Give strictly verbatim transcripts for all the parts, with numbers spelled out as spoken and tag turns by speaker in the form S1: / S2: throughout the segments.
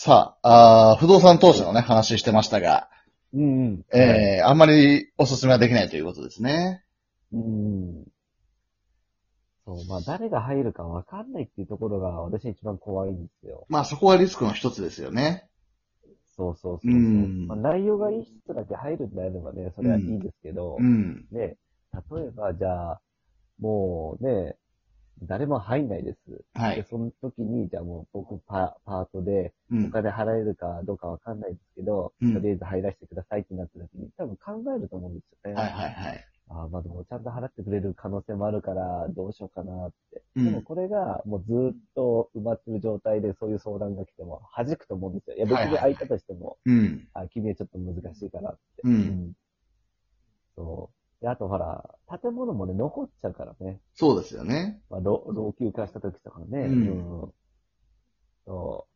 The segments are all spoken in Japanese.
S1: さあ、あ不動産投資のね、話してましたが、
S2: うん、うん。
S1: えー、あんまりおすすめはできないということですね。
S2: うん。そう、まあ誰が入るかわかんないっていうところが私一番怖いんですよ。
S1: まあそこはリスクの一つですよね。
S2: そうそう
S1: う
S2: そうそう。まあ、
S1: ん。
S2: 内容がいい人だけ入るんであればね、それはいいん
S1: うん。
S2: ですけど、
S1: うん。
S2: ね、例えばじゃあ、もうね、誰も入んないです。で、
S1: はい。
S2: その時に、じゃあもう僕パ、パートで
S1: うん。
S2: お金払えるかどうかわかんないですけど、
S1: うん。
S2: とりあえず入らせてくださいってなった時に、多分考えると思うんですよね。
S1: はいはいはい。
S2: ああ、まあでもちゃんと払ってくれる可能性もあるから、どうしようかなって。でも
S1: うん。
S2: これがもうずーっと埋まってる状態でそういう相談が来ても弾くと思うんですよ。いや別
S1: はいはいはい。
S2: に空いたとしても、
S1: うん。
S2: あ、君はちょっと難しいからって。
S1: うん。
S2: うん。そう。で、あとほら、建物もね、残っちゃうからね。
S1: そうですよね。
S2: まあ、老老朽化した時とか
S1: う
S2: ね。う
S1: ん。
S2: ん。そう。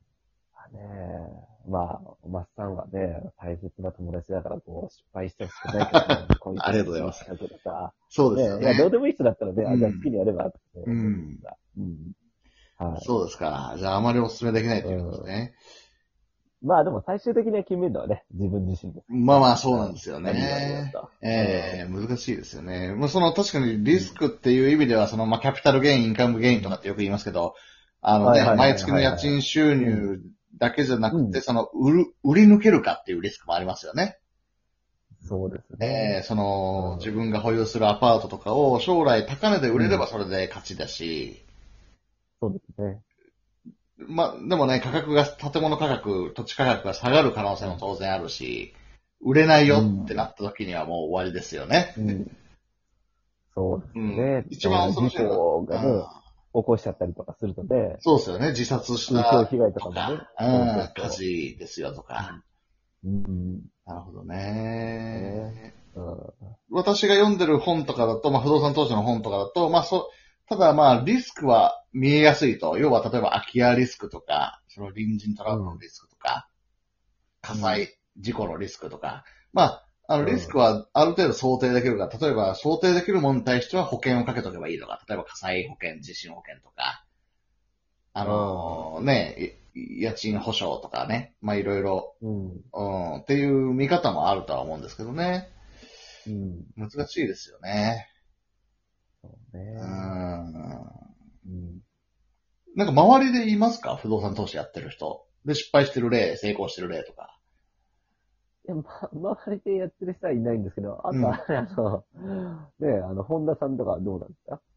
S2: まあね、まあ、マスさんはね、大切な友達だから、こう、失敗してほしくないけどね、こういう
S1: ありが
S2: 時
S1: とうございます。
S2: に企画でさ、
S1: そうですよ
S2: ね、いや、どう
S1: ね。
S2: でもいい人だったらね、あ、じゃあ好き
S1: うん。
S2: にやればって
S1: う
S2: 思うんです
S1: ん。
S2: が、うん。はい。
S1: そうですか。じゃああまりお勧めできないと
S2: う
S1: いうことです
S2: ん。
S1: ね。
S2: まあでも最終的には決めるのはね、自分自身ですからね。
S1: まあまあそう
S2: うん。
S1: なんですよ
S2: 何を言おう
S1: ね。
S2: と。
S1: ええ難しいですよね。まあその確かに
S2: うん。うん。
S1: リスクっていう意味では、そのまあキャピタルゲイン、インカムゲインとかってよく言いますけど、あのね、
S2: はいはいはい
S1: 毎月の家
S2: はいはい。
S1: 賃収
S2: うん。
S1: 入だけじゃなくて、
S2: うん。
S1: その売る、売り抜けるかっていうリスクもありますよね。
S2: そうですね。
S1: ええその自
S2: うん。
S1: 分が保有するアパートとかを将来高値で売れれば
S2: うん。
S1: それで勝ちだし、
S2: そうですね。
S1: まあでもね、価格が、建物価格、土地価格が下がる可能性も当然あるし、売れないよってな
S2: うん。
S1: った時にはもう終わりですよね。
S2: うん。そうで
S1: うん。
S2: すね。
S1: 一番
S2: だから事
S1: 恐ろしいのは、
S2: 故がね、
S1: あ
S2: 起こしちゃったりとかするとね、
S1: そうですよね。自殺し
S2: 風評
S1: た
S2: 被害とかもね、
S1: とか、う
S2: そうそう
S1: ん、火
S2: そ
S1: 事ですよと
S2: う。
S1: か。
S2: うん。うん。
S1: なるほど
S2: ね。
S1: ね。
S2: うん。
S1: 私が読んでる本とかだと、まあ不動産投資の本とかだと、まあそう、ただまあリスクは見えやすいと。要は例えば空き家リスクとか、その隣人トラブルのリスクとか、火
S2: うん。
S1: 災、事故のリスクとか、まあ、あの、
S2: うん。
S1: リスクはある程度想定できるから、例えば想定できるものに対しては保険をかけとけばいいとか、例えば火災保険、地震保険とか、あ
S2: うん。
S1: のーね、い家賃保証とかね、まあいろいろ、
S2: うん。
S1: うん、っていう見方もあるとは思うんですけどね。
S2: うん。
S1: 難しいですよね。
S2: そう
S1: う
S2: ね。
S1: ん。
S2: うん。
S1: なんか周りでいますか不動産投資やってる人。で、失敗してる例、成功してる例とか。
S2: いや、ま、周りでやってる人はいないんですけど、あと、
S1: うん。
S2: あれ、あの、ね、あの、本田さんとかどうなんですか？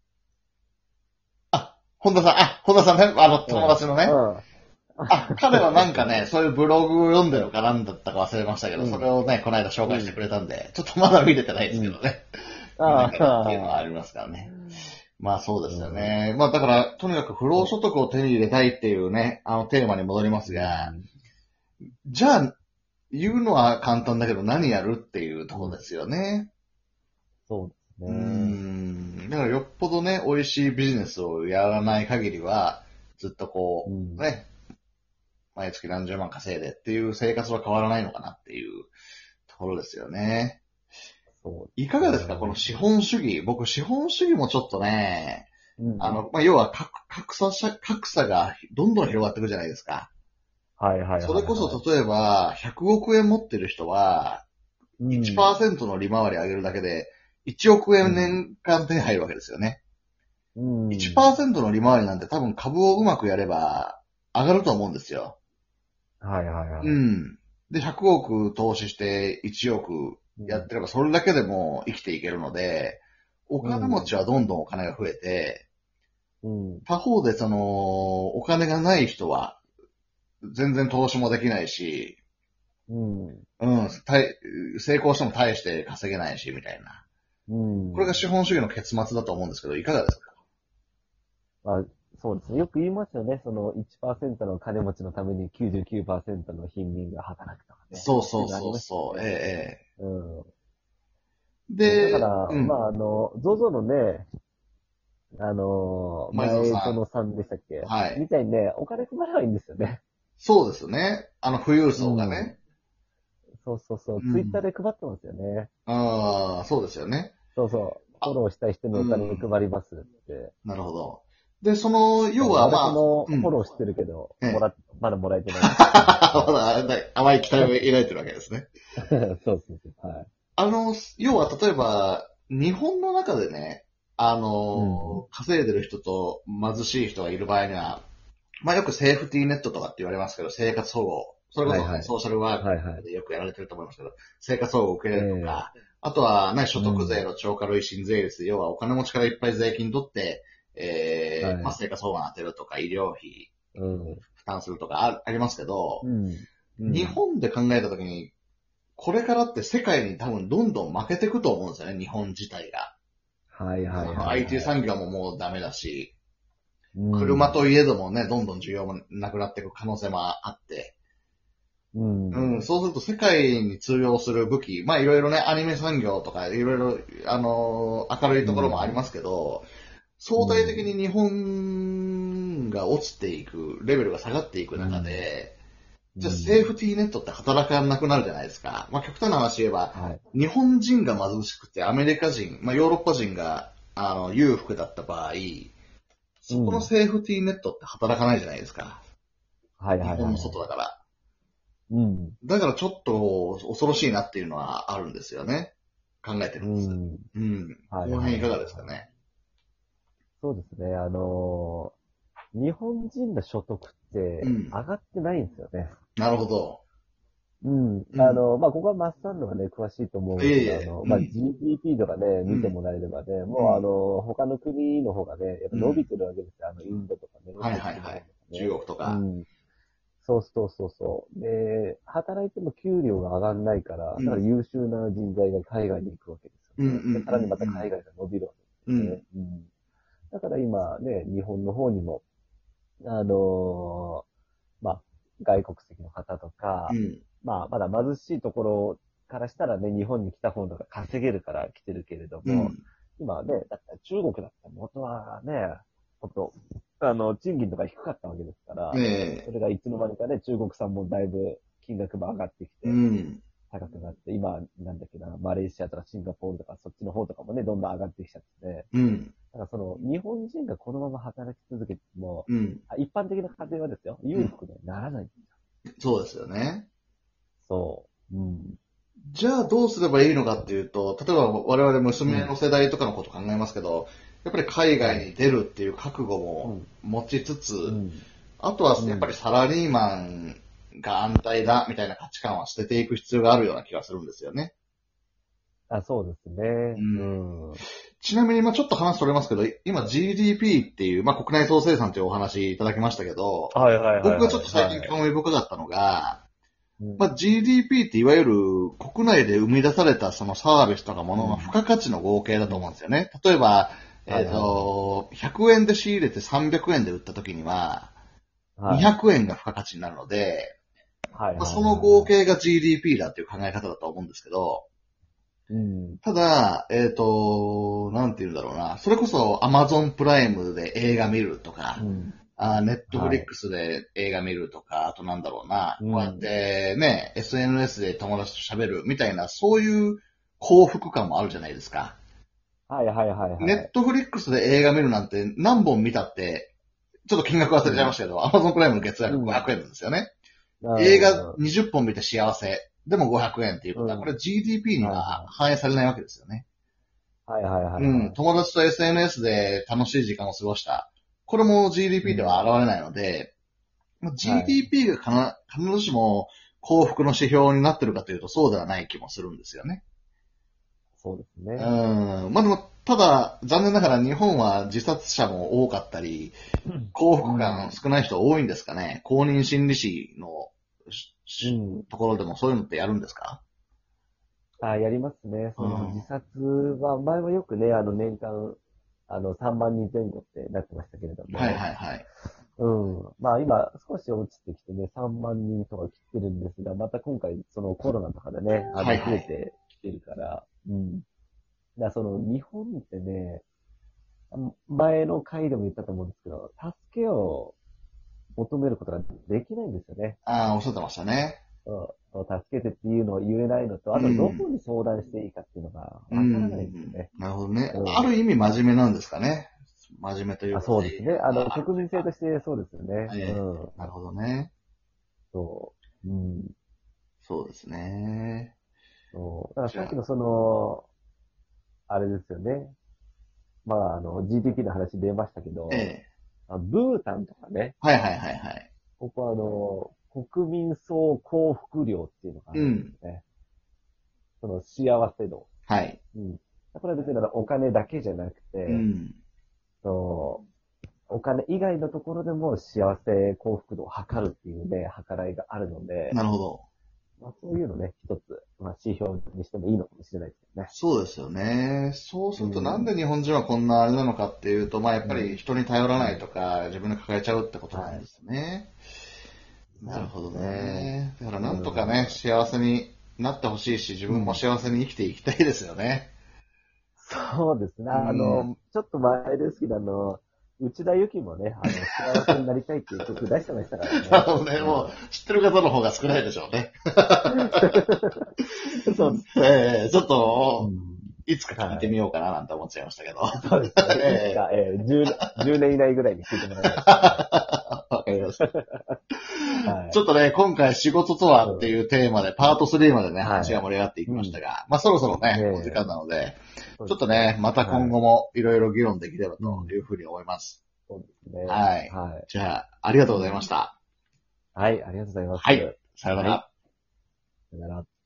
S1: あ、本田さん、あ、本田さんね、あの、
S2: うん。
S1: 友達のね。
S2: うん。
S1: あ、彼は
S2: そうそう
S1: なんかね、
S2: そうそ
S1: そういうブログを読ん
S2: う。
S1: でるかなんだったか忘れましたけど、
S2: うん。
S1: それをね、この間紹
S2: うん。
S1: 介してくれたんで、ちょっとまだ見れてないです
S2: うん。
S1: けどね。見な
S2: あ
S1: きゃなっていうのはあり
S2: あ。
S1: ますからね。まあそうですよ
S2: うん。
S1: ね。まあだから、とにかく不労所
S2: そ
S1: 得を手に入れたいっていうね、あのテーマに戻りま
S2: う。
S1: すが、
S2: うん。
S1: じゃあ、言うのは簡単だけど何やるっていうと
S2: うん。
S1: ころですよね。
S2: そうです
S1: うー
S2: ね。
S1: ん。だからよっぽどね、美味しいビジネスをやらない限りは、ずっとこう、
S2: うん。
S1: ね、毎月何十万稼いでっていう生活は変わらないのかなっていうところですよね。
S2: そう
S1: いか
S2: です
S1: がですかこの資
S2: ね。
S1: 本主義。僕、資本主義もちょっとね、
S2: うん。
S1: あの、まあ、要は格格差社、格差がどんどん広がっていくじゃないですか。
S2: はいはい
S1: それこ
S2: はいはい。
S1: そ例えば、ひゃくおくえん持ってる人は、
S2: うん。
S1: いちパーセントの利回り上げるだけで、いちおくえん
S2: うん。
S1: 年間手に入るわけですよね。
S2: うん。
S1: いちパーセントの利回りなんて多分株をうまくやれば上がると思うんですよ。
S2: はいはい
S1: う
S2: はい。
S1: ん。で、ひゃくおく投資していちおく
S2: うん。
S1: やってればそれだけでも生きていけるので、お
S2: う
S1: 金持ち
S2: ん。
S1: はどんどんお金が増えて、
S2: うん。
S1: 他方でその、お金がない人は全然投資もできないし、
S2: うん。
S1: うん、たい成功しても大して稼げないし、みたいな。
S2: うん。
S1: これが資本主義の結末だと思うんですけど、いかがですか？
S2: まあ、そうですね。よく言いますよね。そのいちパーセントの金持ちのためにきゅうじゅうきゅうパーセントの貧民が働くとかね。
S1: そうそう
S2: そういうのありました
S1: そうそう、
S2: よね。
S1: えええ
S2: うん。
S1: え
S2: そうだか
S1: で、
S2: ら、
S1: うん、
S2: まあ、あの、ゾゾ のね、あの、
S1: 前園さ
S2: 前園さんでしたっ
S1: ん、
S2: け
S1: はい。
S2: みたいにね、お金配ればいいんですよね。
S1: そうですね。あの、富裕
S2: うん。
S1: 層がね。
S2: そうそうそう。ツイッター
S1: うん。
S2: で配ってますよね。
S1: ああ、そうですよね。
S2: そうそう。フォ
S1: あ、
S2: ローしたい人に
S1: う
S2: お金
S1: ん。
S2: 配りますって。
S1: なるほど。で、その、要
S2: そう、
S1: は、まあ、
S2: 私も
S1: うん。
S2: フォローしてるけど、
S1: ええ。
S2: もらって、 まだもらえてない。
S1: まだあれ甘い期待を抱いてるわけですね。
S2: そうそうそう。はい。
S1: あの、要は例えば、日本の中でね、あの、うん、稼いでる人と貧しい人がいる場合には、まあよくセーフティーネットとかって言われますけど、生活保護。それこそ、ね、はいはい、ソーシャルワークでよくやられてると思いますけど、はいはい、生活保護を受けれるとか、えー、あとはね、所得税の超過累進税率、うん、要はお金持ちからいっぱい税金取って、えー、はい、まあ生活保護に当てるとか、医療費、うん、負担するとか あ, ありますけど、うんうん、日本で考えたときに、これからって世界に多分どんどん負けていくと思うんですよね、日本自体が。
S2: はいはいはい、はい。
S1: アイティー 産業ももうダメだし、うん、車といえどもね、どんどん需要もなくなっていく可能性もあって、うん、うん、そうすると世界に通用する武器、まあいろいろね、アニメ産業とかいろいろ、あのー、明るいところもありますけど、うん、相対的に日本が落ちていく、レベルが下がっていく中で、うん、じゃあセーフティーネットって働かなくなるじゃないですか。まあ極端な話言えば、はい、日本人が貧しくてアメリカ人、まあヨーロッパ人があの裕福だった場合、そこのセーフティーネットって働かないじゃないですか。
S2: はいはいはい、はい。
S1: 日本の外だから。
S2: うん。
S1: だからちょっと恐ろしいなっていうのはあるんですよね。考えてるんです。うん。うん。この辺いかがですかね。
S2: そうですね。あのー、日本人の所得って上がってないんですよね。
S1: うん、なるほど。
S2: うん。あの、まあ、ここはマッサンのがね、詳しいと思うんですけど、あの、まあ、ジーディーピー とかね、見てもらえればね、もうあの、他の国の方がね、やっぱ伸びてるわけですよ。あの、インドとかね。
S1: はいはいはい。中国とか。うん。
S2: そうそうそうそう。で、働いても給料が上がんないから、だから優秀な人材が海外に行くわけですよね。うん、でさらにまた海外が伸びるわけですよね。うん。うん、だから今ね、日本の方にも、あのー、まあ、外国籍の方とか、うん、まあ、まだ貧しいところからしたらね、日本に来た方が稼げるから来てるけれども、うん、今ね、だったら中国だったら元はね、ほんと、あの、賃金とか低かったわけですから、ね、それがいつの間にかね、中国産もだいぶ金額も上がってきて、うん、高くなって、今、なんだっけな、マレーシアとかシンガポールとかそっちの方とかもね、どんどん上がってきちゃって、うん、だからその、日本人がこのまま働き続けても、うん、一般的な家庭はですよ、裕福にはならないんですよ、
S1: うん。そうですよね。
S2: そう。うん。
S1: じゃあどうすればいいのかっていうと、例えば我々娘の世代とかのこと考えますけど、やっぱり海外に出るっていう覚悟も持ちつつ、うん、あとはやっぱりサラリーマンが安泰だみたいな価値観は捨てていく必要があるような気がするんですよね。
S2: あ、そうですね。うん。
S1: うん、ちなみに、まあちょっと話それますけど、今 ジーディーピー っていう、まあ国内総生産というお話いただきましたけど、
S2: はいはいはいはい、
S1: 僕がちょっと最近興味深かったのが、まあ、ジーディーピー っていわゆる国内で生み出されたそのサービスとかものの付加価値の合計だと思うんですよね。例えば、えっと、ひゃくえんで仕入れてさんびゃくえんで売った時には、にひゃくえんが付加価値になるので、その合計が ジーディーピー だっていう考え方だと思うんですけど、うん、ただ、えっと、なんて言うんだろうな、それこそ Amazon プライムで映画見るとか、うんあネットフリックスで映画見るとか、はい、あとなんだろうな、うん、こうやってね、エスエヌエス で友達と喋るみたいな、そういう幸福感もあるじゃないですか。
S2: はいはいはい、はい。
S1: ネットフリックスで映画見るなんて何本見たって、ちょっと金額忘れちゃいましたけど、うん、Amazon プライムの月額ごひゃくえんなんですよね。うん、映画にじゅっぽん見て幸せ。でもごひゃくえんっていうことは、うん、これ ジーディーピー には反映されないわけですよね。
S2: はいはいはい、はい。
S1: うん。友達と エスエヌエス で楽しい時間を過ごした。これも ジーディーピー では現れないので、うん、ジーディーピー がかな、必ずしも幸福の指標になってるかというとそうではない気もするんですよね。
S2: そうですね。
S1: うん。まあでも、ただ、残念ながら日本は自殺者も多かったり、幸福感少ない人多いんですかね。公認心理師の、うん、ところでもそういうのってやるんですか？
S2: あ、やりますね。その自殺は、前はよくね、あの年間、あのさんまんにんぜん後ってなってましたけれども。
S1: はいはいはい。
S2: うん。まあ今少し落ちてきてね、さんまんにんとか来てるんですが、また今回そのコロナとかでね、あの増えてきてるから、はいはい、うん。だその日本ってね、前の回でも言ったと思うんですけど、助けを求めることができないんですよね。
S1: ああ、おっしゃってましたね。
S2: 助けてっていうのを言えないのと、あとどこに相談していいかっていうのがわからないんですよね。
S1: うん、なるほどね、うん。ある意味真面目なんですかね。真面目というか。
S2: あそうですね。あの、国民性としてそうですよね。
S1: えー、うん、なるほどね。
S2: そう。うん。
S1: そうですね。
S2: そう。だからさっきのその、あれですよね。まあ、あの、ジーディーピー の話出ましたけど、
S1: ええ。
S2: あブータンとかね、
S1: はいはいはいはい。
S2: ここはあの、国民総幸福量っていうのがあるんです
S1: うん。
S2: よね。その幸せ度。
S1: はい。
S2: うん。これは別にお金だけじゃなくて、
S1: うん。
S2: そう、お金以外のところでも幸せ幸福度を測るっていうね、計らいがあるので、
S1: なるほど。
S2: まあそういうのね、一つ、まあ指標にしてもいいのかもしれないですよね。
S1: そうですよね。そうするとなん
S2: うん。
S1: で日本人はこんなあれなのかっていうと、まあやっぱり
S2: うん。
S1: 人に頼ら
S2: うん。
S1: ないとか、自分で抱えちゃうってことな
S2: はい。
S1: んですね。な
S2: そうで
S1: るほど
S2: すね。
S1: ね。だから
S2: う
S1: なんとかね、
S2: ん。
S1: 幸せになってほしいし、自分も
S2: うん。
S1: 幸せに生きていきたいですよね。
S2: そうですね。
S1: うん。
S2: あの、ちょっと前ですけど、あの、内田有紀もね、あの、幸せになりたいっていう曲出してましたからね。
S1: あのね、もう
S2: うん。
S1: 知ってる方の方が少ないでしょうね。
S2: そうですね。
S1: ええちょっと、
S2: うん。
S1: いつか聞いて
S2: はい。
S1: みようかななんて思っちゃいましたけど。
S2: そうですね。いつ
S1: え
S2: か、えー、じゅう、年以内ぐらいに聞いてもらい
S1: え
S2: ましたね。
S1: わかりました。
S2: はい。
S1: ちょっとね、今回仕事とはっていうテーマでパートスリーまでね、
S2: はい。
S1: 話が盛り上がっていき
S2: うん。
S1: ましたが、まあそろそろね、お時間
S2: ねえ。
S1: なので、
S2: そうですね。
S1: ちょっとね、また今
S2: はい。
S1: 後もいろいろ議論できれば
S2: うん。
S1: というふうに思います。
S2: そうですね。
S1: はい。
S2: はい。
S1: じゃあ、ありがとうございま
S2: うん。
S1: した。
S2: はい。ありがとうございます。
S1: はい。さよな
S2: はい。
S1: ら。
S2: さよなら。